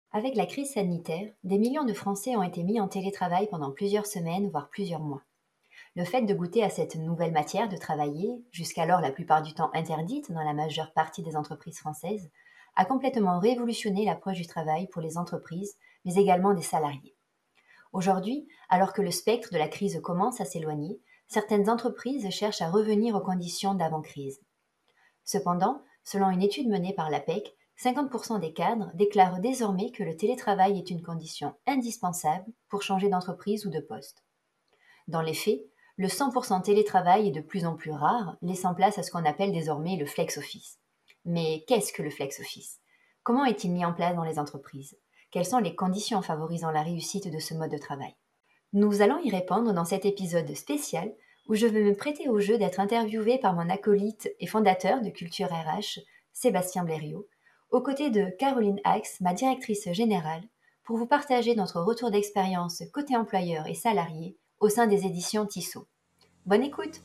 Avec la crise sanitaire, des millions de Français ont été mis en télétravail pendant plusieurs semaines, voire plusieurs mois. Le fait de goûter à cette nouvelle matière de travailler, jusqu'alors la plupart du temps interdite dans la majeure partie des entreprises françaises, a complètement révolutionné l'approche du travail pour les entreprises, mais également des salariés. Aujourd'hui, alors que le spectre de la crise commence à s'éloigner, certaines entreprises cherchent à revenir aux conditions d'avant-crise. Cependant, selon une étude menée par l'APEC, 50% des cadres déclarent désormais que le télétravail est une condition indispensable pour changer d'entreprise ou de poste. Dans les faits, le 100% télétravail est de plus en plus rare, laissant place à ce qu'on appelle désormais le flex office. Mais qu'est-ce que le flex office? Comment est-il mis en place dans les entreprises? Quelles sont les conditions favorisant la réussite de ce mode de travail? Nous allons y répondre dans cet épisode spécial où je vais me prêter au jeu d'être interviewé par mon acolyte et fondateur de Culture RH, Sébastien Blériot, aux côtés de Caroline Ax, ma directrice générale, pour vous partager notre retour d'expérience côté employeur et salarié au sein des éditions Tissot. Bonne écoute!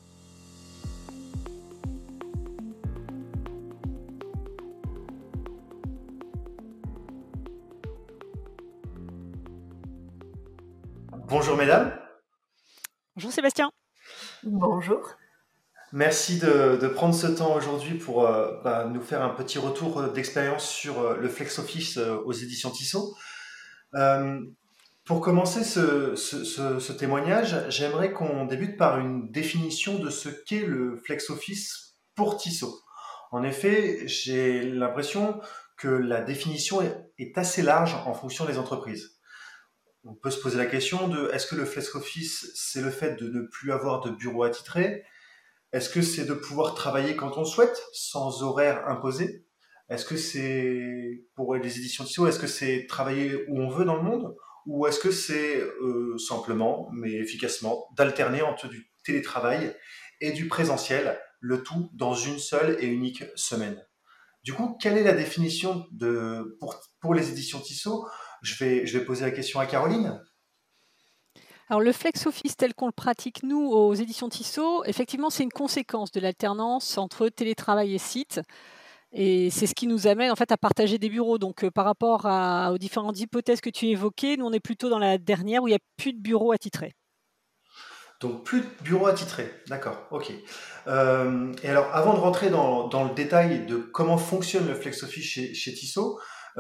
Bonjour mesdames, Bonjour Sébastien. Bonjour! merci de prendre ce temps aujourd'hui pour nous faire un petit retour d'expérience sur le Flex Office aux éditions Tissot. Pour commencer ce témoignage, j'aimerais qu'on débute par une définition de ce qu'est le Flex Office pour Tissot. En effet, j'ai l'impression que la définition est assez large en fonction des entreprises. On peut se poser la question de est-ce que le Flex Office, c'est le fait de ne plus avoir de bureau attitré? Est-ce que c'est de pouvoir travailler quand on souhaite, sans horaire imposé? Est-ce que c'est, pour les éditions Tissot, est-ce que c'est travailler où on veut dans le monde? Ou est-ce que c'est simplement, mais efficacement, d'alterner entre du télétravail et du présentiel, le tout dans une seule et unique semaine? Du coup, quelle est la définition pour les éditions Tissot? Je vais poser la question à Caroline. Alors le flex office tel qu'on le pratique nous aux éditions Tissot, effectivement c'est une conséquence de l'alternance entre télétravail et site. Et c'est ce qui nous amène en fait à partager des bureaux. Donc par rapport aux différentes hypothèses que tu évoquais, nous on est plutôt dans la dernière où il n'y a plus de bureaux attitrés. Donc plus de bureaux attitrés, d'accord, ok. Et alors, avant de rentrer dans le détail de comment fonctionne le flex office chez Tissot,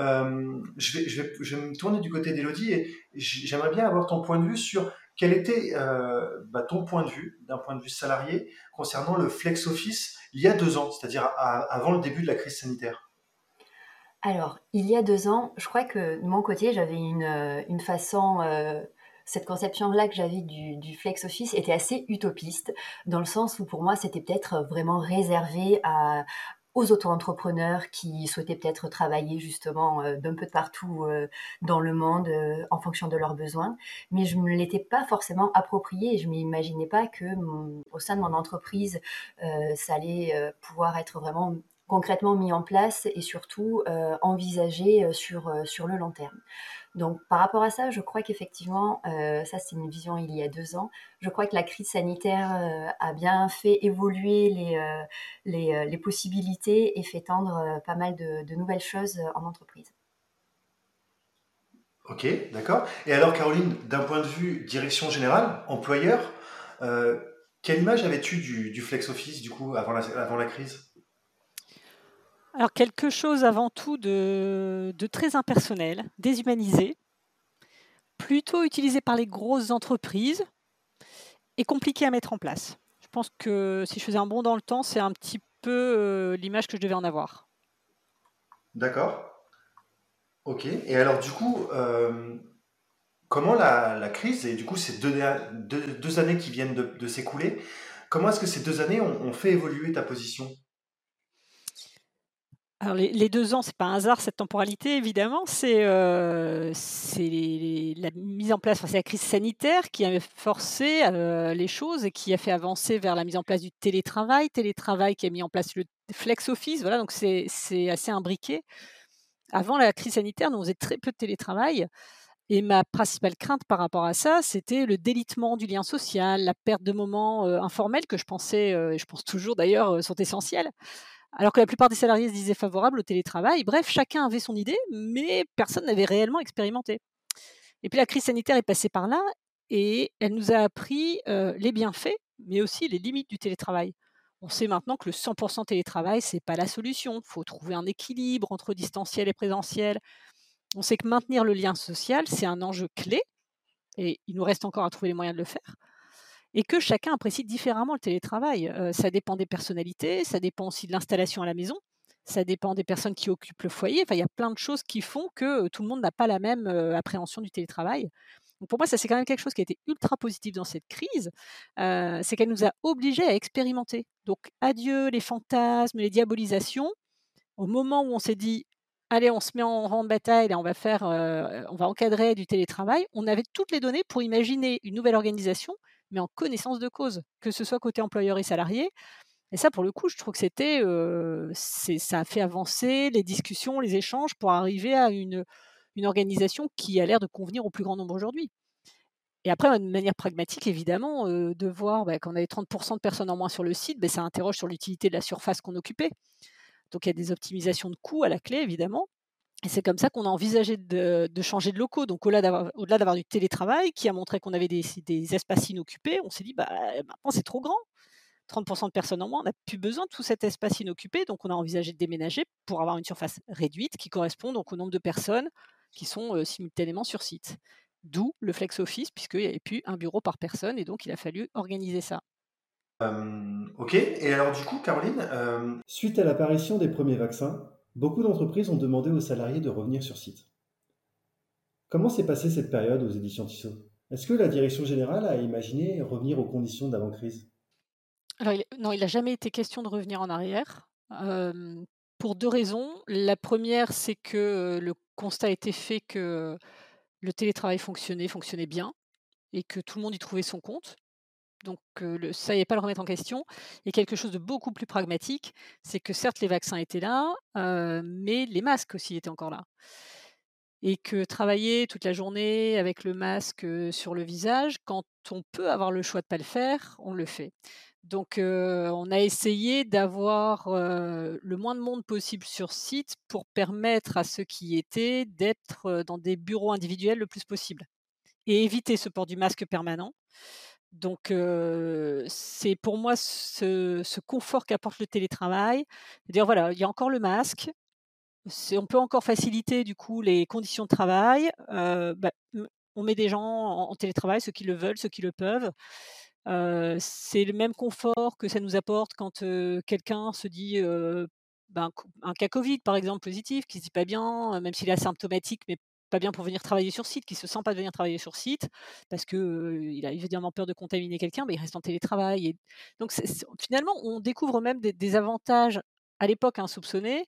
je vais me tourner du côté d'Elodie et j'aimerais bien avoir ton point de vue sur quel était ton point de vue, d'un point de vue salarié, concernant le flex office il y a 2 ans, c'est-à-dire avant le début de la crise sanitaire. Alors, il y a 2 ans, je crois que de mon côté, j'avais une façon, cette conception-là que j'avais du flex office était assez utopiste, dans le sens où pour moi, c'était peut-être vraiment réservé aux auto-entrepreneurs qui souhaitaient peut-être travailler justement d'un peu de partout dans le monde en fonction de leurs besoins. Mais je ne me l'étais pas forcément approprié et je ne m'imaginais pas que au sein de mon entreprise, ça allait pouvoir être vraiment concrètement mis en place et surtout envisagé sur le long terme. Donc par rapport à ça, je crois qu'effectivement, ça c'est une vision il y a 2 ans, je crois que la crise sanitaire a bien fait évoluer les possibilités et fait tendre pas mal de nouvelles choses en entreprise. Ok, d'accord. Et alors, Caroline, d'un point de vue direction générale, employeur, euh, quelle image avais-tu du flex office, du coup, avant la crise? Alors quelque chose avant tout de très impersonnel, déshumanisé, plutôt utilisé par les grosses entreprises et compliqué à mettre en place. Je pense que si je faisais un bond dans le temps, c'est un petit peu l'image que je devais en avoir. D'accord. Ok. Et alors, du coup, comment la crise, et du coup, ces deux années qui viennent de s'écouler, comment est-ce que ces 2 années ont fait évoluer ta position? Alors les 2 ans, c'est pas un hasard cette temporalité évidemment, c'est la mise en place, enfin c'est la crise sanitaire qui a forcé, les choses et qui a fait avancer vers la mise en place du télétravail qui a mis en place le flex office, voilà donc c'est assez imbriqué. Avant la crise sanitaire, nous on faisait très peu de télétravail et ma principale crainte par rapport à ça, c'était le délitement du lien social, la perte de moments, informels que je pensais, et je pense toujours d'ailleurs, sont essentiels. alors que la plupart des salariés se disaient favorables au télétravail. Bref, chacun avait son idée, mais personne n'avait réellement expérimenté. Et puis la crise sanitaire est passée par là et elle nous a appris, les bienfaits, mais aussi les limites du télétravail. On sait maintenant que le 100 télétravail, c'est pas la solution. Il faut trouver un équilibre entre distanciel et présentiel. On sait que maintenir le lien social, c'est un enjeu clé et il nous reste encore à trouver les moyens de le faire et que chacun apprécie différemment le télétravail. Ça dépend des personnalités, ça dépend aussi de l'installation à la maison, ça dépend des personnes qui occupent le foyer. Enfin, il y a plein de choses qui font que, tout le monde n'a pas la même, appréhension du télétravail. Donc pour moi, ça, c'est quand même quelque chose qui a été ultra positif dans cette crise, c'est qu'elle nous a obligés à expérimenter. Donc adieu les fantasmes, les diabolisations. Au moment où on s'est dit: «Allez, on se met en rang de bataille, là, on va encadrer du télétravail», on avait toutes les données pour imaginer une nouvelle organisation, mais en connaissance de cause, que ce soit côté employeur et salarié. Et ça, pour le coup, je trouve que ça a fait avancer les discussions, les échanges pour arriver à une organisation qui a l'air de convenir au plus grand nombre aujourd'hui. Et après, de manière pragmatique, évidemment, de voir, qu'on avait 30 de personnes en moins sur le site, ça interroge sur l'utilité de la surface qu'on occupait. Donc il y a des optimisations de coûts à la clé, évidemment. Et c'est comme ça qu'on a envisagé de changer de locaux. Donc au-delà d'avoir du télétravail qui a montré qu'on avait des espaces inoccupés, on s'est dit, maintenant c'est trop grand. 30 de personnes en moins, on n'a plus besoin de tout cet espace inoccupé. Donc on a envisagé de déménager pour avoir une surface réduite qui correspond donc au nombre de personnes qui sont simultanément sur site. D'où le flex office, puisqu'il n'y avait plus un bureau par personne et donc il a fallu organiser ça. Ok, et alors du coup, Caroline, suite à l'apparition des premiers vaccins, beaucoup d'entreprises ont demandé aux salariés de revenir sur site. Comment s'est passée cette période aux éditions Tissot? Est-ce que la direction générale a imaginé revenir aux conditions d'avant-crise? Alors non, il n'a jamais été question de revenir en arrière, pour 2 raisons. La première, c'est que, le constat a été fait que le télétravail fonctionnait bien et que tout le monde y trouvait son compte. Donc ça, il y avait pas à le remettre en question. Et quelque chose de beaucoup plus pragmatique, c'est que certes les vaccins étaient là, mais les masques aussi étaient encore là. Et que travailler toute la journée avec le masque, sur le visage, quand on peut avoir le choix de pas le faire, on le fait. Donc on a essayé d'avoir, le moins de monde possible sur site pour permettre à ceux qui y étaient d'être, dans des bureaux individuels le plus possible et éviter ce port du masque permanent. Donc c'est pour moi ce confort qu'apporte le télétravail, de dire voilà, il y a encore le masque, on peut encore faciliter du coup les conditions de travail, on met des gens en télétravail, ceux qui le veulent, ceux qui le peuvent. C'est le même confort que ça nous apporte quand, quelqu'un se dit, un cas Covid par exemple positif, qui se dit pas bien, même s'il est asymptomatique, mais pas bien pour venir travailler sur site, qui se sent pas de venir travailler sur site parce que, il a évidemment peur de contaminer quelqu'un, mais il reste en télétravail et donc finalement on découvre même des avantages à l'époque insoupçonnés,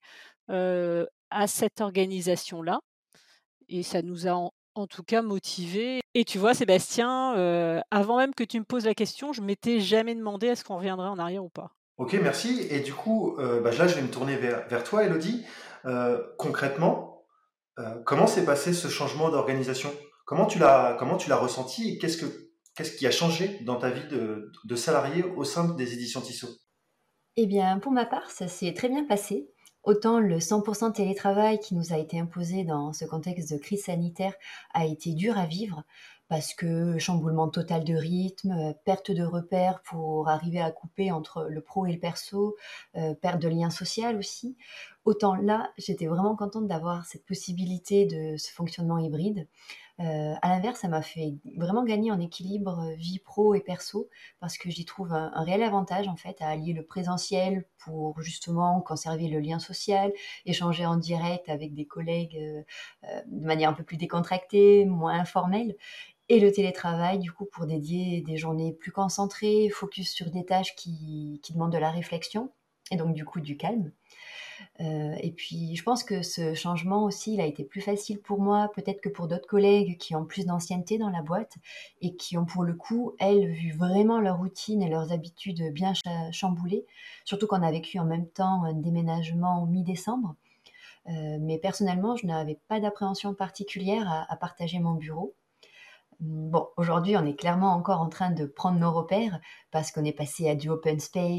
à cette organisation-là et ça nous a en tout cas motivés et tu vois Sébastien, avant même que tu me poses la question, je m'étais jamais demandé est-ce qu'on reviendrait en arrière ou pas. Ok, merci. Et du coup, là, je vais me tourner vers toi, Elodie. Concrètement, comment s'est passé ce changement d'organisation? Comment tu l'as ressenti et qu'est-ce qui a changé dans ta vie de salarié au sein des éditions Tissot? Eh bien, pour ma part, ça s'est très bien passé. Autant le 100 télétravail qui nous a été imposé dans ce contexte de crise sanitaire a été dur à vivre parce que chamboulement total de rythme, perte de repères pour arriver à couper entre le pro et le perso, perte de lien social aussi. Autant là, j'étais vraiment contente d'avoir cette possibilité de ce fonctionnement hybride. À l'inverse, ça m'a fait vraiment gagner en équilibre, vie pro et perso parce que j'y trouve un réel avantage en fait à allier le présentiel pour justement conserver le lien social, échanger en direct avec des collègues, de manière un peu plus décontractée, moins informelle et le télétravail du coup pour dédier des journées plus concentrées, focus sur des tâches qui demandent de la réflexion et donc du coup du calme. Et puis je pense que ce changement aussi, il a été plus facile pour moi, peut-être que pour d'autres collègues qui ont plus d'ancienneté dans la boîte et qui ont pour le coup, elles, vu vraiment leur routine et leurs habitudes bien chamboulées. Surtout qu'on a vécu en même temps un déménagement mi-décembre. Mais personnellement, je n'avais pas d'appréhension particulière à partager mon bureau. Bon, aujourd'hui, on est clairement encore en train de prendre nos repères parce qu'on est passé à du open space,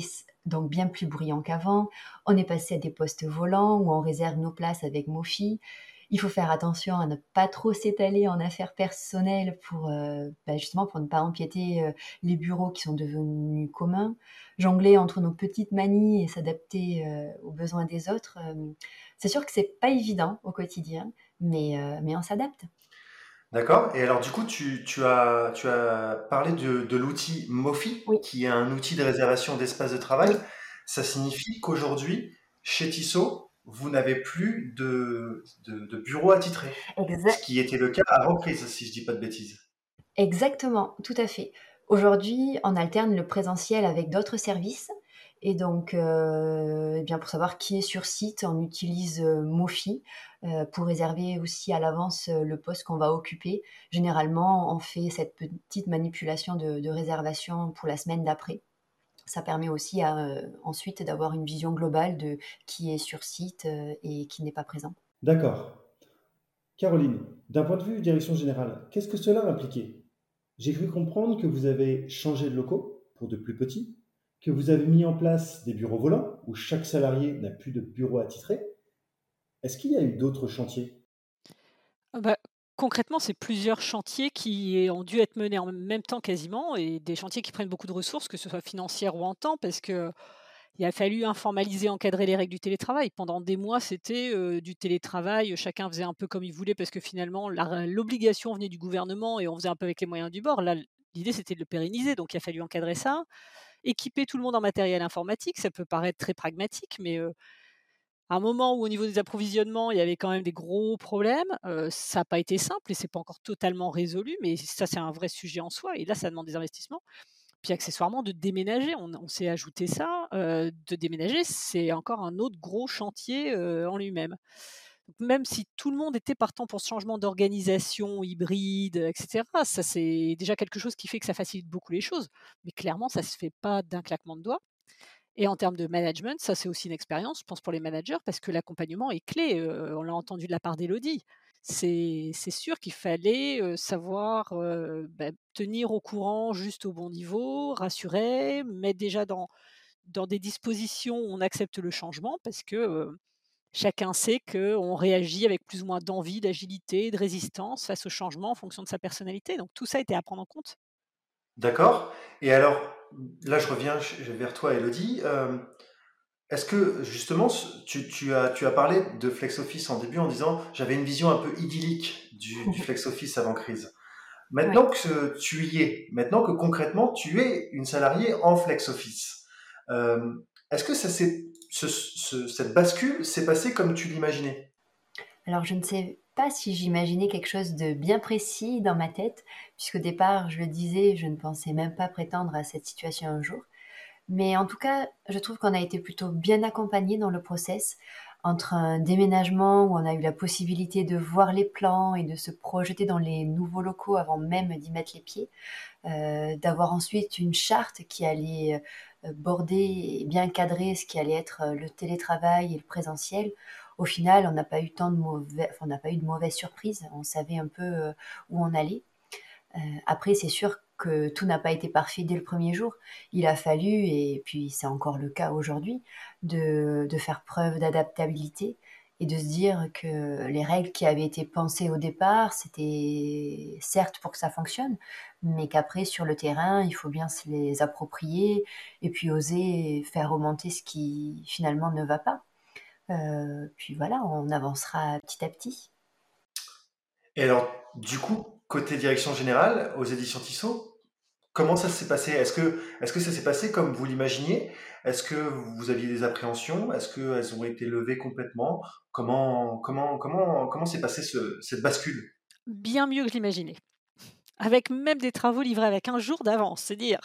donc bien plus bruyant qu'avant. On est passé à des postes volants où on réserve nos places avec Mofi. Il faut faire attention à ne pas trop s'étaler en affaires personnelles pour, justement pour ne pas empiéter, les bureaux qui sont devenus communs. Jongler entre nos petites manies et s'adapter, aux besoins des autres, c'est sûr que c'est pas évident au quotidien, mais on s'adapte. D'accord. Et alors, du coup, tu as parlé de l'outil Mofi, Oui, qui est un outil de réservation d'espace de travail. oui, Ça signifie qu'aujourd'hui, chez Tissot, vous n'avez plus de bureau attitré, ce exa qui était le cas avant crise, si je dis pas de bêtises. exactement, tout à fait. Aujourd'hui, on alterne le présentiel avec d'autres services et donc eh bien, pour savoir qui est sur site, on utilise, Mofi, pour réserver aussi à l'avance, le poste qu'on va occuper. Généralement, on fait cette petite manipulation de réservation pour la semaine d'après. Ça permet aussi ensuite d'avoir une vision globale de qui est sur site, et qui n'est pas présent. D'accord. Caroline, d'un point de vue direction générale, qu'est-ce que cela impliquait? J'ai cru comprendre que vous avez changé de locaux pour de plus petits, que vous avez mis en place des bureaux volants où chaque salarié n'a plus de bureau attitré. Est-ce qu'il y a eu d'autres chantiers? Ah bah, concrètement, c'est plusieurs chantiers qui ont dû être menés en même temps quasiment et des chantiers qui prennent beaucoup de ressources, que ce soit financières ou en temps, parce qu'il a fallu informaliser, encadrer les règles du télétravail. Pendant des mois, c'était, du télétravail, chacun faisait un peu comme il voulait parce que finalement l'obligation venait du gouvernement et on faisait un peu avec les moyens du bord. Là, l'idée, c'était de le pérenniser, donc il a fallu encadrer ça, équiper tout le monde en matériel informatique. Ça peut paraître très pragmatique, mais à un moment où au niveau des approvisionnements, il y avait quand même des gros problèmes, ça n'a pas été simple et c'est pas encore totalement résolu, mais ça, c'est un vrai sujet en soi et là, ça demande des investissements. Puis accessoirement de déménager, on s'est ajouté ça, de déménager, c'est encore un autre gros chantier, en lui-même. Donc même si tout le monde était partant pour ce changement d'organisation hybride, et cetera, ça c'est déjà quelque chose qui fait que ça facilite beaucoup les choses, mais clairement ça se fait pas d'un claquement de doigts. Et en termes de management, ça, c'est aussi une expérience, je pense, pour les managers, parce que l'accompagnement est clé. On l'a entendu de la part d'Élodie. C'est sûr qu'il fallait savoir tenir au courant juste au bon niveau, rassurer, mettre déjà dans des dispositions où on accepte le changement, parce que chacun sait qu'on réagit avec plus ou moins d'envie, d'agilité, de résistance face au changement en fonction de sa personnalité. Donc tout ça était à prendre en compte. D'accord. Et alors, là, je reviens vers toi, Elodie. Est-ce que justement, tu as parlé de flex office en début en disant j'avais une vision un peu idyllique du flex office avant crise. Oui. Maintenant que tu y es, maintenant que concrètement tu es une salariée en flex office, euh, est-ce que cette bascule s'est passée comme tu l'imaginais? Alors je ne sais pas si j'imaginais quelque chose de bien précis dans ma tête, puisqu'au départ, je le disais, je ne pensais même pas prétendre à cette situation un jour. Mais en tout cas, je trouve qu'on a été plutôt bien accompagnés dans le process, entre un déménagement où on a eu la possibilité de voir les plans et de se projeter dans les nouveaux locaux avant même d'y mettre les pieds, d'avoir ensuite une charte qui allait border et bien cadrer ce qui allait être le télétravail et le présentiel. Au final, on n'a pas eu on n'a pas eu de mauvaises surprises. On savait un peu où on allait. Après, c'est sûr que tout n'a pas été parfait dès le premier jour. Il a fallu, et puis c'est encore le cas aujourd'hui, de faire preuve d'adaptabilité et de se dire que les règles qui avaient été pensées au départ, c'était certes pour que ça fonctionne, mais qu'après, sur le terrain, il faut bien se les approprier et puis oser faire remonter ce qui finalement ne va pas. Puis voilà, on avancera petit à petit. Et alors, du coup, côté direction générale, aux éditions Tissot, comment ça s'est passé? Est-ce que ça s'est passé comme vous l'imaginiez? Est-ce que vous aviez des appréhensions? Est-ce qu'elles ont été levées complètement? Comment s'est passée cette bascule? Bien mieux que je l'imaginais. Avec même des travaux livrés avec un jour d'avance, c'est dire.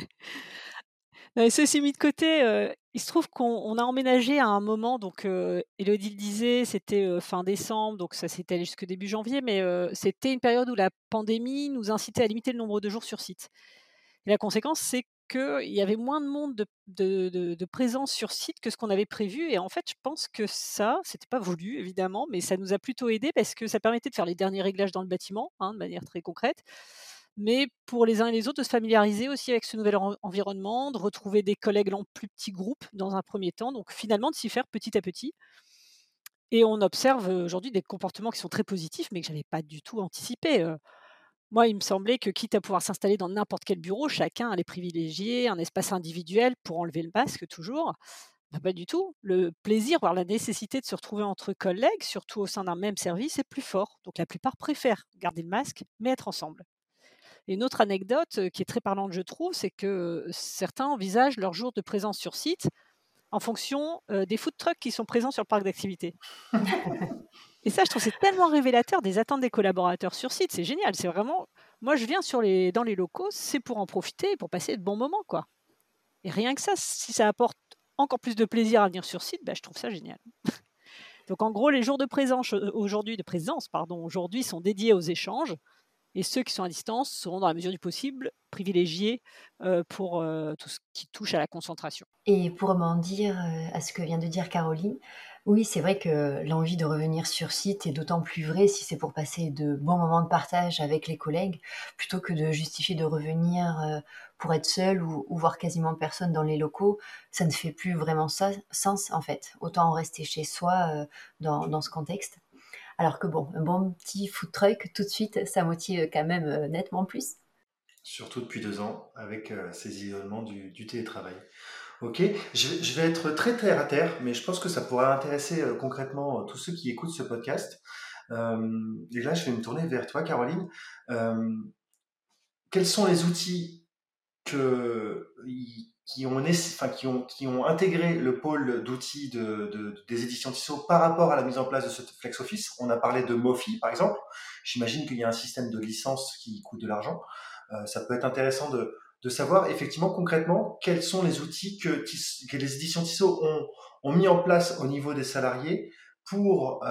Ceci mis de côté, il se trouve qu'on a emménagé à un moment donc Élodie le disait, c'était, fin décembre, donc ça s'est allé jusque début janvier, mais c'était une période où la pandémie nous incitait à limiter le nombre de jours sur site. Et la conséquence, c'est qu'il y avait moins de monde de présence sur site que ce qu'on avait prévu et en fait, je pense que ça, c'était pas voulu évidemment, mais ça nous a plutôt aidés parce que ça permettait de faire les derniers réglages dans le bâtiment, hein, de manière très concrète, mais pour les uns et les autres, de se familiariser aussi avec ce nouvel environnement, de retrouver des collègues en plus petits groupes dans un premier temps, donc finalement de s'y faire petit à petit. Et on observe, aujourd'hui des comportements qui sont très positifs, mais que j'avais pas du tout anticipés. Moi, il me semblait que quitte à pouvoir s'installer dans n'importe quel bureau, chacun allait privilégier un espace individuel pour enlever le masque toujours. Bah, pas du tout. Le plaisir, voire la nécessité de se retrouver entre collègues, surtout au sein d'un même service, est plus fort. Donc la plupart préfèrent garder le masque, mais être ensemble. Et une autre anecdote, qui est très parlante, je trouve, c'est que, certains envisagent leur jour de présence sur site en fonction, des food trucks qui sont présents sur le parc d'activités. Et ça, je trouve, c'est tellement révélateur des attentes des collaborateurs sur site. C'est génial, c'est vraiment moi, je viens dans les locaux, c'est pour en profiter et pour passer de bons moments, quoi. Et rien que ça, si ça apporte encore plus de plaisir à venir sur site, bah, je trouve ça génial. Donc en gros, les jours de présence, pardon, aujourd'hui sont dédiés aux échanges et ceux qui sont à distance seront, dans la mesure du possible, privilégiés, pour, tout ce qui touche à la concentration. Et pour rebondir, à ce que vient de dire Caroline, oui, c'est vrai que l'envie de revenir sur site est d'autant plus vraie si c'est pour passer de bons moments de partage avec les collègues, plutôt que de justifier de revenir, pour être seul ou voir quasiment personne dans les locaux. Ça ne fait plus vraiment sens, en fait. Autant en rester chez soi, dans ce contexte. Alors que bon, un bon petit food truck, tout de suite, ça motive quand même, nettement plus. Surtout depuis 2 ans, avec ces isolements du télétravail. Ok, je vais être très terre à terre, mais je pense que ça pourrait intéresser concrètement tous ceux qui écoutent ce podcast. Et là, je vais me tourner vers toi, Caroline. Euh, Quels sont les outils qui ont intégré le pôle d'outils des éditions Tissot par rapport à la mise en place de ce Flex Office? On a parlé de Mofi, par exemple. J'imagine qu'il y a un système de licence qui coûte de l'argent. Ça peut être intéressant de savoir effectivement concrètement quels sont les outils que les éditions Tissot ont mis en place au niveau des salariés pour,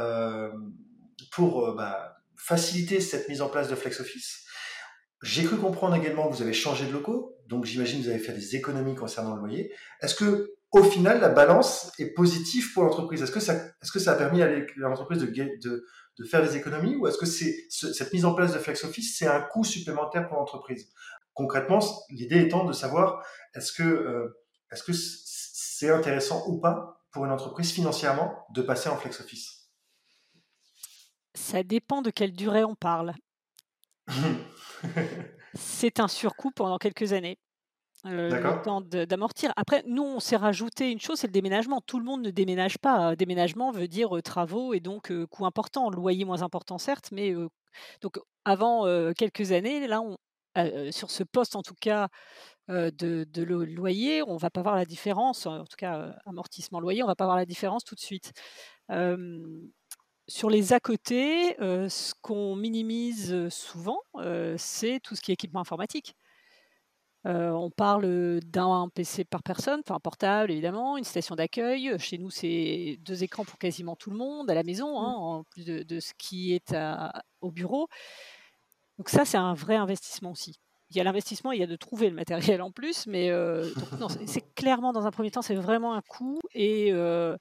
faciliter cette mise en place de Flex Office. J'ai cru comprendre également que vous avez changé de locaux, donc j'imagine que vous avez fait des économies concernant le loyer. Est-ce que, au final, la balance est positive pour l'entreprise? Est-ce que ça a permis à l'entreprise de faire des économies, ou est-ce que cette mise en place de Flex Office, c'est un coût supplémentaire pour l'entreprise? Concrètement, l'idée étant de savoir est-ce que c'est intéressant ou pas pour une entreprise financièrement de passer en Flex Office? Ça dépend de quelle durée on parle. C'est un surcoût pendant quelques années. Le D'accord? temps d'amortir. Après, nous, on s'est rajouté une chose, c'est le déménagement. Tout le monde ne déménage pas. Déménagement veut dire, travaux et donc coût important. Loyer moins important certes, mais donc avant, quelques années, là, sur ce poste en tout cas, de loyer, on va pas voir la différence, en tout cas, amortissement loyer, on va pas voir la différence tout de suite. Hem, sur les à côté, ce qu'on minimise, souvent, c'est tout ce qui est équipement informatique. On parle, d'un PC par personne, enfin portable évidemment, une station d'accueil. Chez nous, c'est 2 écrans pour quasiment tout le monde à la maison, hein, Mmh. en plus de ce qui est au bureau. Donc ça, c'est un vrai investissement aussi. Il y a l'investissement, il y a de trouver le matériel en plus, mais donc non, c'est clairement dans un premier temps, c'est vraiment un coût et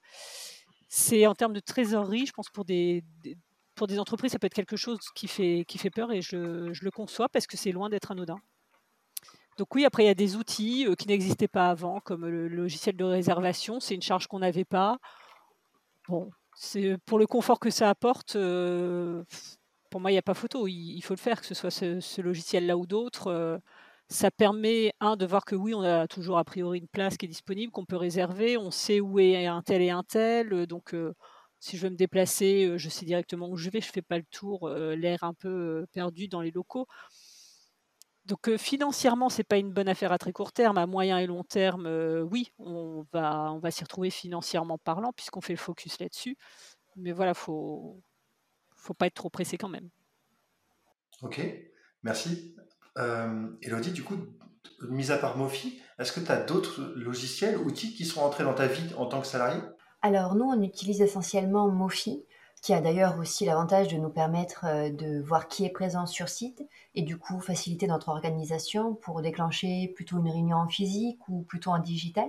c'est en termes de trésorerie, je pense pour des entreprises, ça peut être quelque chose qui fait peur et je le conçois parce que c'est loin d'être anodin. Donc oui, après il y a des outils, qui n'existaient pas avant, comme le logiciel de réservation, c'est une charge qu'on n'avait pas. Bon, c'est pour le confort que ça apporte, pour moi, il y a pas photo. Il faut le faire, que ce soit ce logiciel-là ou d'autres, ça permet, de voir que oui, on a toujours a priori une place qui est disponible, qu'on peut réserver. On sait où est un tel, donc si je veux me déplacer, je sais directement où je vais, je fais pas le tour, l'air un peu, perdu dans les locaux. Donc financièrement, c'est pas une bonne affaire à très court terme. À moyen et long terme, oui, on va s'y retrouver financièrement parlant puisqu'on fait le focus là-dessus. Mais voilà, faut pas être trop pressé quand même. Ok, merci. Elodie, du coup, mis à part Mofi, est-ce que tu as d'autres logiciels, outils qui sont entrés dans ta vie en tant que salarié? Alors nous, on utilise essentiellement Mofi, qui a d'ailleurs aussi l'avantage de nous permettre, de voir qui est présent sur site et du coup faciliter notre organisation pour déclencher plutôt une réunion en physique ou plutôt en digital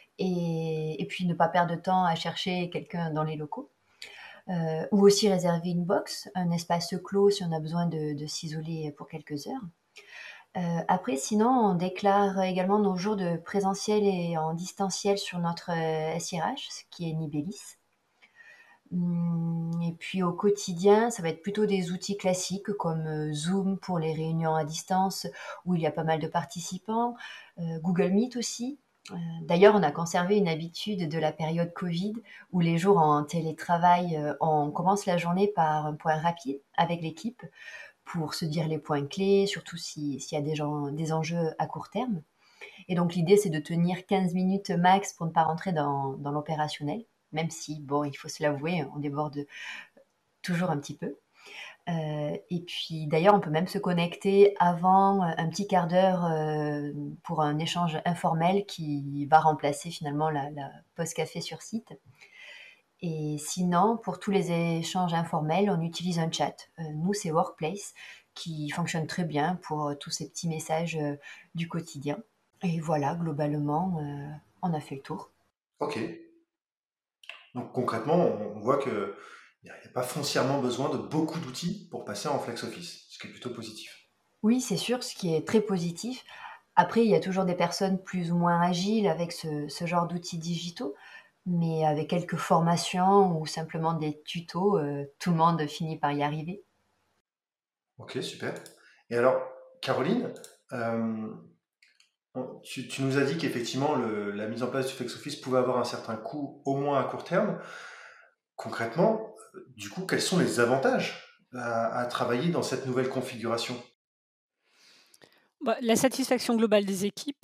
et puis ne pas perdre de temps à chercher quelqu'un dans les locaux. Ou aussi réserver une box, un espace clos si on a besoin de s'isoler pour quelques heures. Après sinon, on déclare également nos jours de présentiel et en distanciel sur notre, SIRH, ce qui est Nibelis. Et puis au quotidien, ça va être plutôt des outils classiques comme, Zoom pour les réunions à distance où il y a pas mal de participants, Google Meet aussi. D'ailleurs, on a conservé une habitude de la période covid où les jours en télétravail, on commence la journée par un point rapide avec l'équipe pour se dire les points clés, surtout s'il y a des enjeux à court terme. Et donc l'idée, c'est de tenir 15 minutes max pour ne pas rentrer dans l'opérationnel, même si, bon, il faut se l'avouer, on déborde toujours un petit peu. Et puis d'ailleurs, on peut même se connecter avant un petit quart d'heure pour un échange informel qui va remplacer finalement la pause café sur site. Et sinon, pour tous les échanges informels, on utilise un chat. Nous, c'est Workplace, qui fonctionne très bien pour tous ces petits messages du quotidien. Et voilà, globalement, on a fait le tour. Ok. Donc concrètement, on voit que il n'y a pas foncièrement besoin de beaucoup d'outils pour passer en flex office, ce qui est plutôt positif. Oui, c'est sûr, ce qui est très positif. Après, il y a toujours des personnes plus ou moins agiles avec ce genre d'outils digitaux, mais avec quelques formations ou simplement des tutos, tout le monde finit par y arriver. Ok, super. Et alors, Caroline, tu nous as dit qu'effectivement, la mise en place du flex office pouvait avoir un certain coût, au moins à court terme. Concrètement, du coup, quels sont les avantages à travailler dans cette nouvelle configuration? Bah, la satisfaction globale des équipes,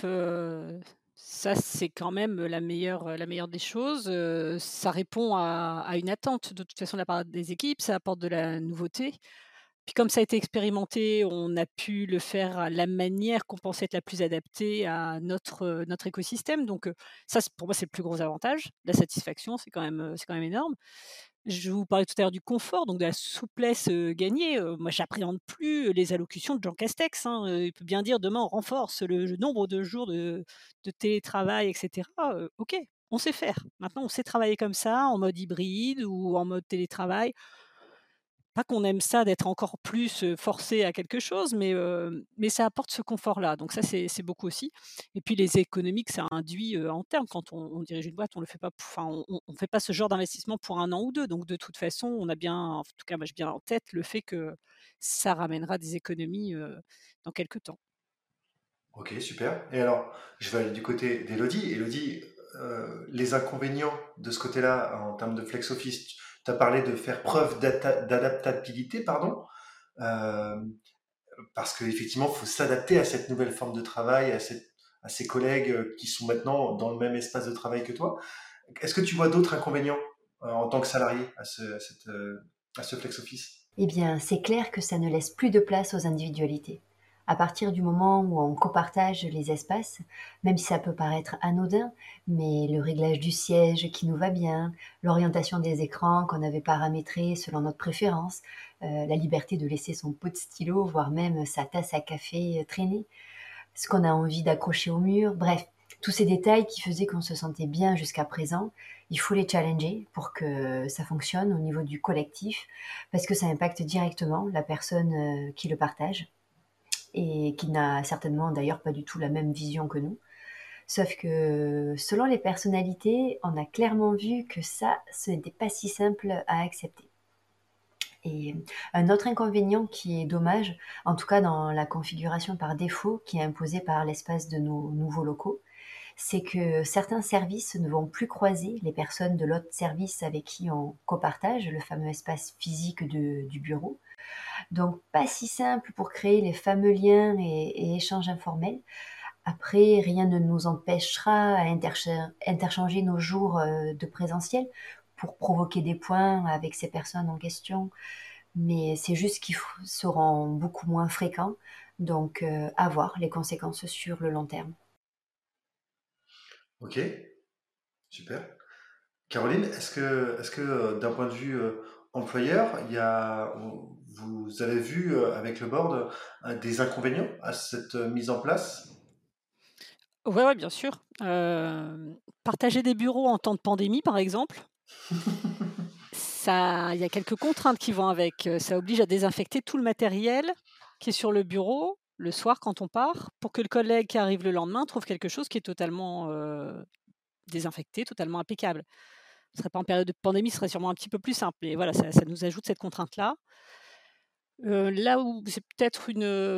ça c'est quand même la meilleure des choses, ça répond à une attente de toute façon de la part des équipes, ça apporte de la nouveauté. Puis comme ça a été expérimenté, on a pu le faire à la manière qu'on pensait être la plus adaptée à notre écosystème donc ça pour moi c'est le plus gros avantage. La satisfaction, c'est quand même énorme. Je vous parlais tout à l'heure du confort, donc de la souplesse, gagnée, moi j'appréhende plus les allocutions de Jean Castex, hein, il peut bien dire: «Demain on renforce le nombre de jours de télétravail» et cetera, OK, on sait faire. Maintenant on sait travailler comme ça, en mode hybride ou en mode télétravail. Pas qu'on aime ça d'être encore plus, forcé à quelque chose, mais ça apporte ce confort-là, donc ça c'est beaucoup aussi et puis les économies que ça induit, en termes quand on dirige une boîte, on le fait pas p enfin on fait pas ce genre d'investissement pour un an ou 2. Donc de toute façon, on a bien en tout cas moi j'ai bien en tête le fait que ça ramènera des économies, dans quelque temps. Ok, super. Et alors, je vais aller du côté d'Elodie. Elodie, les inconvénients de ce côté-là en termes de flex office, tu as parlé de faire preuve d'adaptabilité, pardon, euh, parce qu'effectivement, il faut s'adapter à cette nouvelle forme de travail, à ces collègues qui sont maintenant dans le même espace de travail que toi. Est-ce que tu vois d'autres inconvénients en tant que salarié à ce flex office? Eh bien, c'est clair que ça ne laisse plus de place aux individualités. À partir du moment où on copartage les espaces, même si ça peut paraître anodin, mais le réglage du siège qui nous va bien, l'orientation des écrans qu'on avait paramétrés selon notre préférence, la liberté de laisser son pot de stylo, voire même sa tasse à café traîner, ce qu'on a envie d'accrocher au mur, bref, tous ces détails qui faisaient qu'on se sentait bien jusqu'à présent, il faut les challenger pour que ça fonctionne au niveau du collectif, parce que ça impacte directement la personne qui le partage et qui n'a certainement d'ailleurs pas du tout la même vision que nous. Sauf que selon les personnalités, on a clairement vu que ça, ce n'était pas si simple à accepter. Et un autre inconvénient qui est dommage, en tout cas dans la configuration par défaut qui est imposée par l'espace de nos nouveaux locaux, c'est que certains services ne vont plus croiser les personnes de l'autre service avec qui on copartage le fameux espace physique du bureau. Donc pas si simple pour créer les fameux liens et échanges informels. Après, rien ne nous empêchera à interchanger nos jours de présentiel pour provoquer des points avec ces personnes en question, mais c'est juste qu'ils seront beaucoup moins fréquents, donc à voir les conséquences sur le long terme. Ok, super. Caroline, est-ce que d'un point de vue employeur, vous avez vu avec le board des inconvénients à cette mise en place? Ouais, ouais, bien sûr, partager des bureaux en temps de pandémie, par exemple, ça il y a quelques contraintes qui vont avec, ça oblige à désinfecter tout le matériel qui est sur le bureau. le soir quand on part, pour que le collègue qui arrive le lendemain trouve quelque chose qui est totalement désinfecté, totalement impeccable. Ce serait pas en période de pandémie, ce serait sûrement un petit peu plus simple. Mais voilà, ça nous ajoute cette contrainte-là. Là où c'est peut-être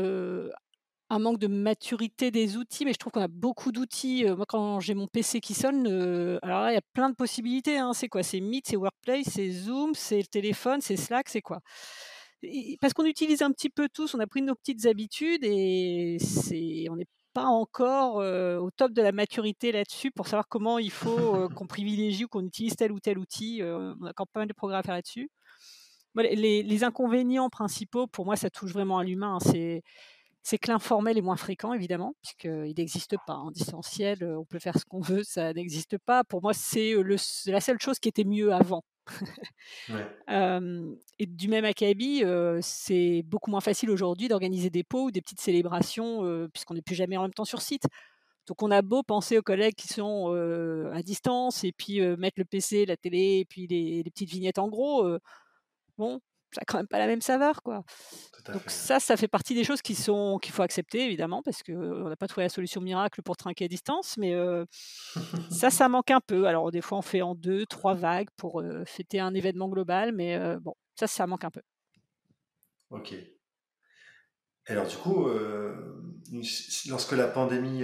un manque de maturité des outils, mais je trouve qu'on a beaucoup d'outils. Moi, quand j'ai mon PC qui sonne, alors là, il y a plein de possibilités, hein. C'est quoi? C'est Meet, c'est Workplace, c'est Zoom, c'est le téléphone, c'est Slack, c'est quoi? Parce qu'on utilise un petit peu tous, on a pris nos petites habitudes et on n'est pas encore au top de la maturité là-dessus pour savoir comment il faut qu'on privilégie ou qu'on utilise tel ou tel outil. On a encore pas mal de progrès à faire là-dessus. Moi, les inconvénients principaux, pour moi, ça touche vraiment à l'humain, hein. C'est que l'informel est moins fréquent, évidemment, puisqu'il n'existe pas. En distanciel, on peut faire ce qu'on veut, ça n'existe pas. Pour moi, c'est la seule chose qui était mieux avant. Ouais. Et du même acabit, c'est beaucoup moins facile aujourd'hui d'organiser des pots ou des petites célébrations, puisqu'on n'est plus jamais en même temps sur site. Donc on a beau penser aux collègues qui sont, à distance et puis, mettre le PC, la télé et puis les petites vignettes en gros, bon, ça a quand même pas la même saveur, quoi. Tout à Donc fait. ça fait partie des choses qu'il faut accepter évidemment parce qu'on n'a pas trouvé la solution miracle pour trinquer à distance, mais ça manque un peu. Alors des fois on fait en 2, 3 vagues pour, fêter un événement global, mais bon, ça manque un peu. Ok. Et alors du coup, lorsque la pandémie,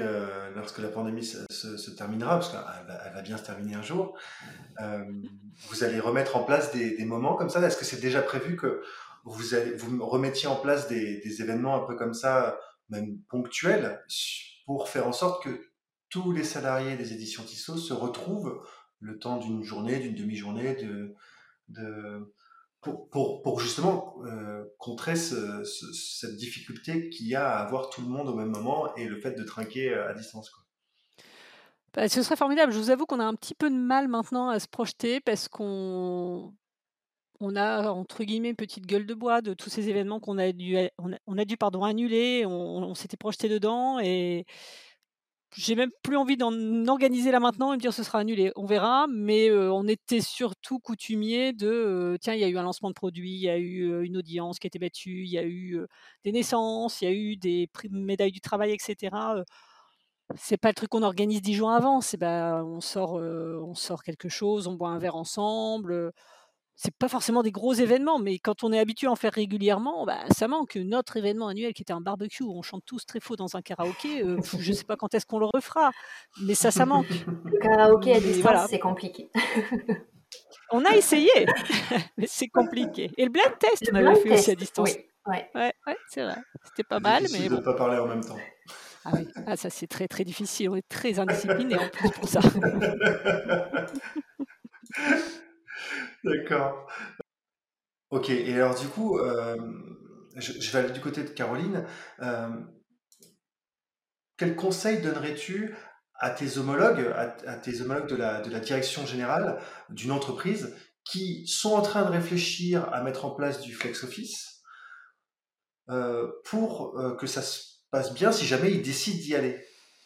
se terminera, parce qu'elle va bien se terminer un jour, euh, vous allez remettre en place des moments comme ça. Est-ce que c'est déjà prévu que vous remettiez en place des événements un peu comme ça, même ponctuels, pour faire en sorte que tous les salariés des éditions Tissot se retrouvent le temps d'une journée, d'une demi-journée, de pour justement contrer cette difficulté qu'il y a à avoir tout le monde au même moment et le fait de trinquer à distance, quoi. Bah, ce serait formidable. Je vous avoue qu'on a un petit peu de mal maintenant à se projeter parce qu'on a entre guillemets «une petite gueule de bois» de tous ces événements qu'on a dû pardon, annuler. On s'était projeté dedans et j'ai même plus envie d'en organiser là maintenant et me dire: «Ce sera annulé». On verra, mais on était surtout coutumiers de, tiens, il y a eu un lancement de produit, il y a eu, une audience qui a été battue, il y a eu, des naissances, il y a eu des prix médailles du travail et cetera. C'est pas le truc qu'on organise 10 jours avant, c'est bah, on sort quelque chose, on boit un verre ensemble, c'est pas forcément des gros événements, mais quand on est habitué à en faire régulièrement, bah, ça manque. Notre événement annuel qui était un barbecue où on chante tous très faux dans un karaoké, je sais pas quand est-ce qu'on le refera, mais ça manque. Le karaoké à Mais distance, voilà, c'est compliqué. on a essayé, mais c'est compliqué et le blind test, Le on avait blind fait aussi à test, distance. oui, ouais. Ouais, ouais, c'est vrai. C'était pas mal, Difficile mais de ne bon. pas parler en même temps. Ah oui, ah ça c'est très, très difficile. On est très indisciplinés en plus pour ça. D'accord. Ok, et alors du coup, je vais aller du côté de Caroline. Euh, Quel conseil donnerais-tu à tes homologues de la direction générale d'une entreprise qui sont en train de réfléchir à mettre en place du flex office pour que ça se passe bien si jamais ils décident d'y aller?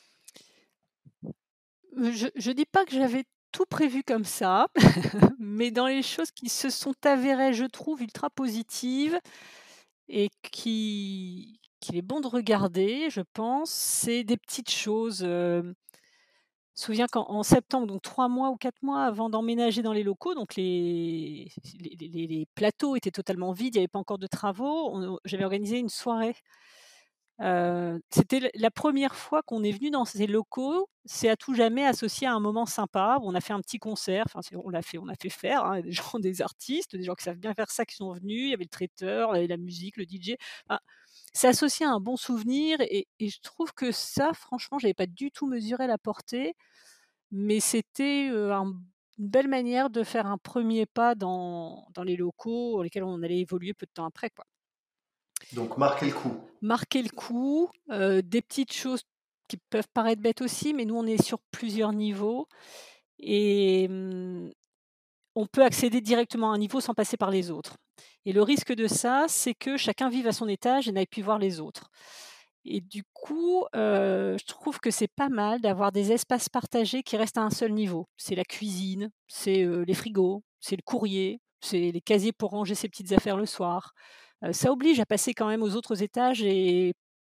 Je dis pas que j'avais tout prévu comme ça, mais dans les choses qui se sont avérées, je trouve, ultra positives et qu'il est bon de regarder, je pense, c'est des petites choses, souviens qu'en septembre, donc 3 mois ou 4 mois avant d'emménager dans les locaux, donc les plateaux étaient totalement vides, il y avait pas encore de travaux. J'avais organisé une soirée. C'était la 1re fois qu'on est venu dans ces locaux, c'est à tout jamais associé à un moment sympa où on a fait un petit concert, enfin on a fait faire, hein, des gens, des artistes, des gens qui savent bien faire ça qui sont venus, il y avait le traiteur, il y avait la musique, le DJ, enfin, c'est associé à un bon souvenir et je trouve que ça franchement, j'avais pas du tout mesuré la portée, mais c'était, une belle manière de faire un 1er pas dans les locaux dans lesquels on allait évoluer peu de temps après, quoi. Donc marquer le coup. Marquer le coup, des petites choses qui peuvent paraître bêtes aussi, mais nous, on est sur plusieurs niveaux et on peut accéder directement à un niveau sans passer par les autres et le risque de ça, c'est que chacun vive à son étage et n'aille plus voir les autres et du coup, je trouve que c'est pas mal d'avoir des espaces partagés qui restent à un seul niveau. C'est la cuisine, c'est, les frigos, c'est le courrier, c'est les casiers pour ranger ses petites affaires le soir. Ça oblige à passer quand même aux autres étages et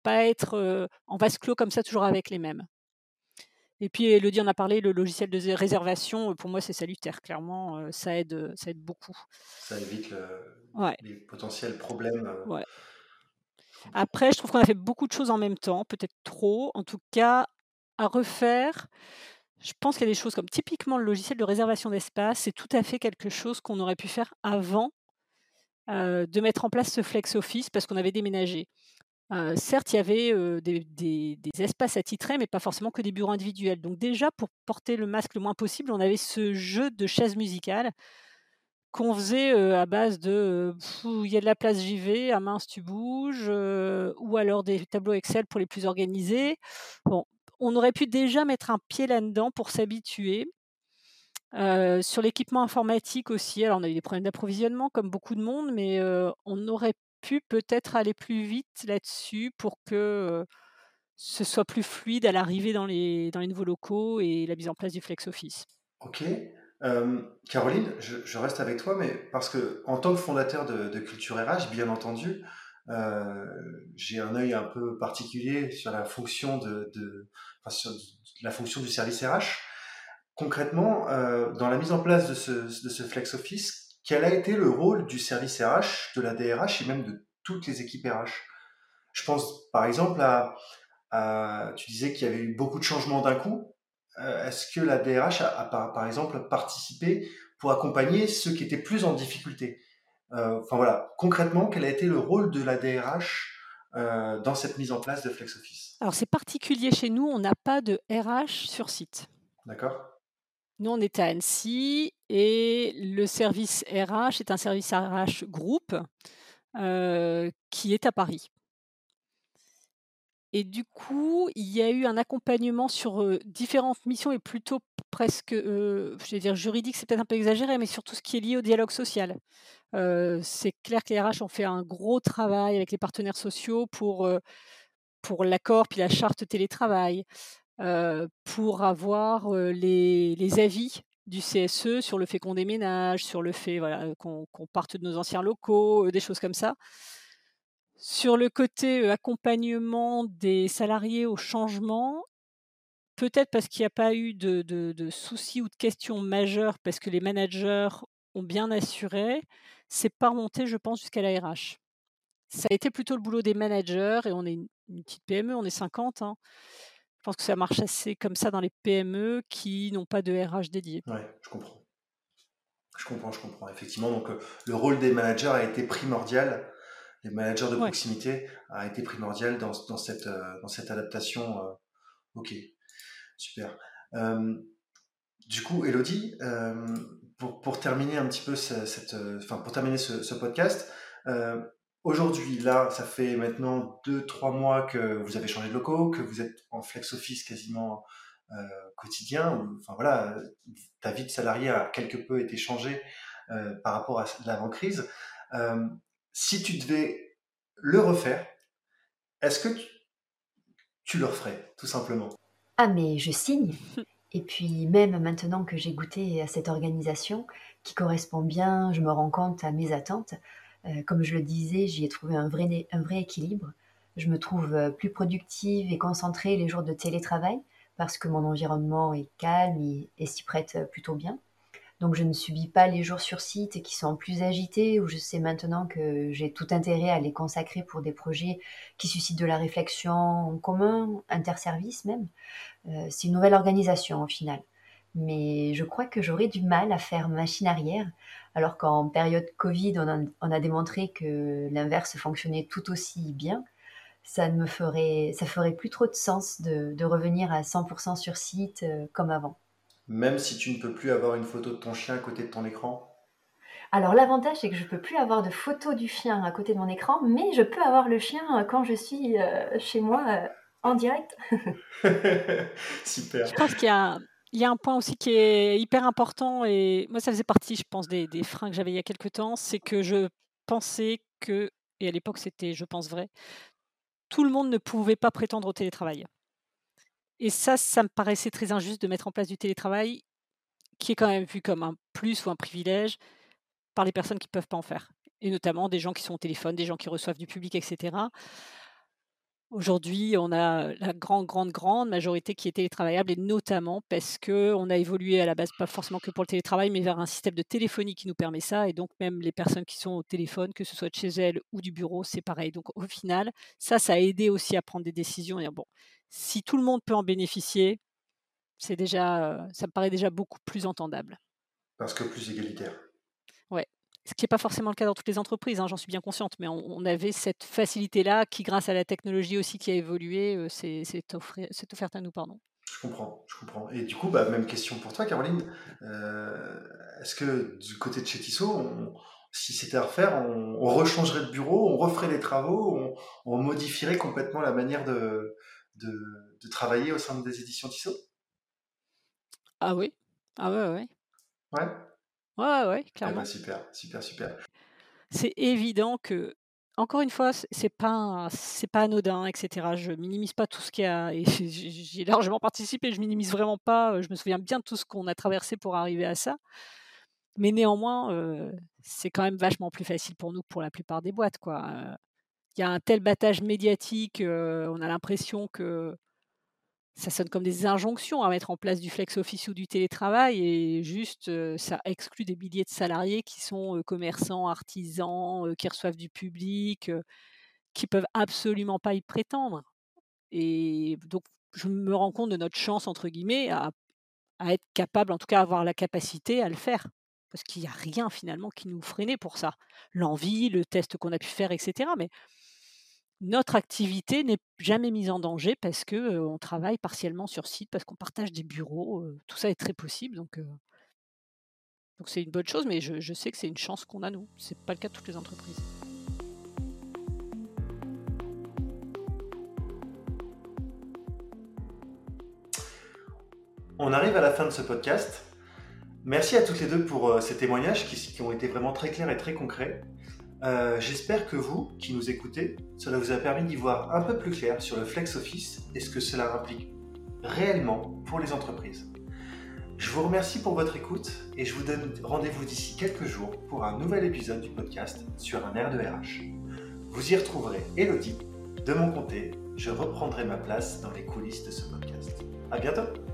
pas être en vase clos comme ça, toujours avec les mêmes. Et puis Elodie en a parlé, le logiciel de réservation, pour moi, c'est salutaire. Clairement, ça aide beaucoup. Ça évite Ouais, les potentiels problèmes. ouais. Je comprends. Après, je trouve qu'on a fait beaucoup de choses en même temps, peut-être trop. En tout cas, à refaire, je pense qu'il y a des choses comme typiquement le logiciel de réservation d'espace, c'est tout à fait quelque chose qu'on aurait pu faire avant, de mettre en place ce flex office parce qu'on avait déménagé. Certes, il y avait, des espaces attitrés, mais pas forcément que des bureaux individuels. Donc déjà, pour porter le masque le moins possible, on avait ce jeu de chaises musicales qu'on faisait, à base de, il y a de la place, j'y vais, ah mince, tu bouges, ou alors des tableaux Excel pour les plus organisés. Bon, on aurait pu déjà mettre un pied là-dedans pour s'habituer. Sur l'équipement informatique aussi, alors on a eu des problèmes d'approvisionnement comme beaucoup de monde, mais on aurait pu peut-être aller plus vite là-dessus pour que, ce soit plus fluide à l'arrivée dans les nouveaux locaux et la mise en place du flex office. Ok. Caroline, je reste avec toi, mais parce que en tant que fondateur de Culture RH, bien entendu, euh, j'ai un œil un peu particulier sur la fonction enfin, sur la fonction du service RH. Concrètement, dans la mise en place de ce flex office, quel a été le rôle du service RH, de la DRH et même de toutes les équipes RH? Je pense par exemple tu disais qu'il y avait eu beaucoup de changements d'un coup. Est-ce que la DRH par exemple participé pour accompagner ceux qui étaient plus en difficulté? Enfin voilà, concrètement, quel a été le rôle de la DRH dans cette mise en place de FlexOffice? Alors c'est particulier chez nous, on n'a pas de RH sur site. D'accord? Nous, on est à Annecy et le service RH est un service RH groupe, qui est à Paris. Et du coup, il y a eu un accompagnement sur, différentes missions et plutôt presque, je vais dire juridique, c'est peut-être un peu exagéré, mais sur tout ce qui est lié au dialogue social. C'est clair que les RH ont fait un gros travail avec les partenaires sociaux pour l'accord, puis la charte télétravail, pour avoir, les avis du CSE sur le fait qu'on déménage, sur le fait, voilà, qu'on parte de nos anciens locaux, des choses comme ça. Sur le côté, accompagnement des salariés au changement, peut-être parce qu'il n'y a pas eu de soucis ou de questions majeures, parce que les managers ont bien assuré, c'est pas remonté, je pense, jusqu'à la RH. Ça a été plutôt le boulot des managers et on est une petite PME, on est 50, hein. Je pense que ça marche assez comme ça dans les PME qui n'ont pas de RH dédié. Ouais, je comprends. Je comprends. Effectivement, donc le rôle des managers a été primordial. Les managers de Ouais. proximité a été primordial dans cette adaptation. Ok, super. Euh, du coup, Elodie, pour terminer un petit peu enfin, pour terminer ce podcast, euh, aujourd'hui, là, ça fait maintenant 2, 3 mois que vous avez changé de locaux, que vous êtes en flex office quasiment quotidien. Enfin voilà, ta vie de salarié a quelque peu été changée par rapport à l'avant-crise. Euh, si tu devais le refaire, est-ce que tu le referais, tout simplement? Ah mais je signe. Et puis même maintenant que j'ai goûté à cette organisation qui correspond bien, je me rends compte à mes attentes. Comme je le disais, j'y ai trouvé un vrai équilibre. Je me trouve plus productive et concentrée les jours de télétravail parce que mon environnement est calme et s'y prête plutôt bien. Donc je ne subis pas les jours sur site qui sont plus agités, où je sais maintenant que j'ai tout intérêt à les consacrer pour des projets qui suscitent de la réflexion en commun, interservice même. C'est une nouvelle organisation au final. Mais je crois que j'aurais du mal à faire machine arrière, alors qu'en période Covid, on a démontré que l'inverse fonctionnait tout aussi bien. Ça ferait plus trop de sens de revenir à 100% sur site comme avant. Même si tu ne peux plus avoir une photo de ton chien à côté de ton écran? Alors l'avantage, c'est que je peux plus avoir de photo du chien à côté de mon écran, mais je peux avoir le chien quand je suis chez moi en direct. Super. Je pense il y a un point aussi qui est hyper important et moi, ça faisait partie, je pense, des freins que j'avais il y a quelque temps, c'est que je pensais que et à l'époque, c'était, je pense, vrai, tout le monde ne pouvait pas prétendre au télétravail et ça me paraissait très injuste de mettre en place du télétravail qui est quand même vu comme un plus ou un privilège par les personnes qui ne peuvent pas en faire et notamment des gens qui sont au téléphone, des gens qui reçoivent du public et cetera. Aujourd'hui, on a la grande majorité qui est télétravaillable et notamment parce qu'on a évolué à la base, pas forcément que pour le télétravail, mais vers un système de téléphonie qui nous permet ça et donc même les personnes qui sont au téléphone, que ce soit de chez elles ou du bureau, c'est pareil. Donc au final, ça a aidé aussi à prendre des décisions et dire: «Bon, si tout le monde peut en bénéficier, c'est déjà, ça me paraît déjà beaucoup plus entendable». Parce que plus égalitaire. Ouais. Ce qui est pas forcément le cas dans toutes les entreprises, hein, j'en suis bien consciente, mais on avait cette facilité-là qui, grâce à la technologie aussi qui a évolué, s'est offerte à nous, pardon. Je comprends. Et du coup, même question pour toi, Caroline. Est-ce que du côté de chez Tissot, si c'était à refaire, on rechangerait de bureau, on referait les travaux, on modifierait complètement la manière de travailler au sein des éditions Tissot? Ah oui? Ah ouais, ouais. Ouais? Ouais, ouais, ouais, Eh ben clairement. super, super, super. C'est évident que, encore une fois, c'est pas anodin et cetera. Je minimise pas tout ce qu'il y a et j'y ai largement participé, je minimise vraiment pas, je me souviens bien de tout ce qu'on a traversé pour arriver à ça. Mais néanmoins, c'est quand même vachement plus facile pour nous que pour la plupart des boîtes, quoi. Il y a un tel battage médiatique, on a l'impression que ça sonne comme des injonctions à mettre en place du flex office ou du télétravail et juste, ça exclut des milliers de salariés qui sont, commerçants, artisans, qui reçoivent du public, qui peuvent absolument pas y prétendre et donc je me rends compte de notre «chance» entre guillemets à être capable, en tout cas avoir la capacité à le faire. Parce qu'il y a rien finalement qui nous freinait pour ça. L'envie, le test qu'on a pu faire et cetera, mais notre activité n'est jamais mise en danger parce que, on travaille partiellement sur site, parce qu'on partage des bureaux, tout ça est très possible donc c'est une bonne chose, mais je sais que c'est une chance qu'on a nous. C'est pas le cas de toutes les entreprises. On arrive à la fin de ce podcast. Merci à toutes les deux pour ces témoignages qui ont été vraiment très clairs et très concrets. J'espère que vous, qui nous écoutez, cela vous a permis d'y voir un peu plus clair sur le flex office et ce que cela implique réellement pour les entreprises. Je vous remercie pour votre écoute et je vous donne rendez-vous d'ici quelques jours pour un nouvel épisode du podcast sur un air de RH. Vous y retrouverez Elodie. De mon côté, je reprendrai ma place dans les coulisses de ce podcast. À bientôt!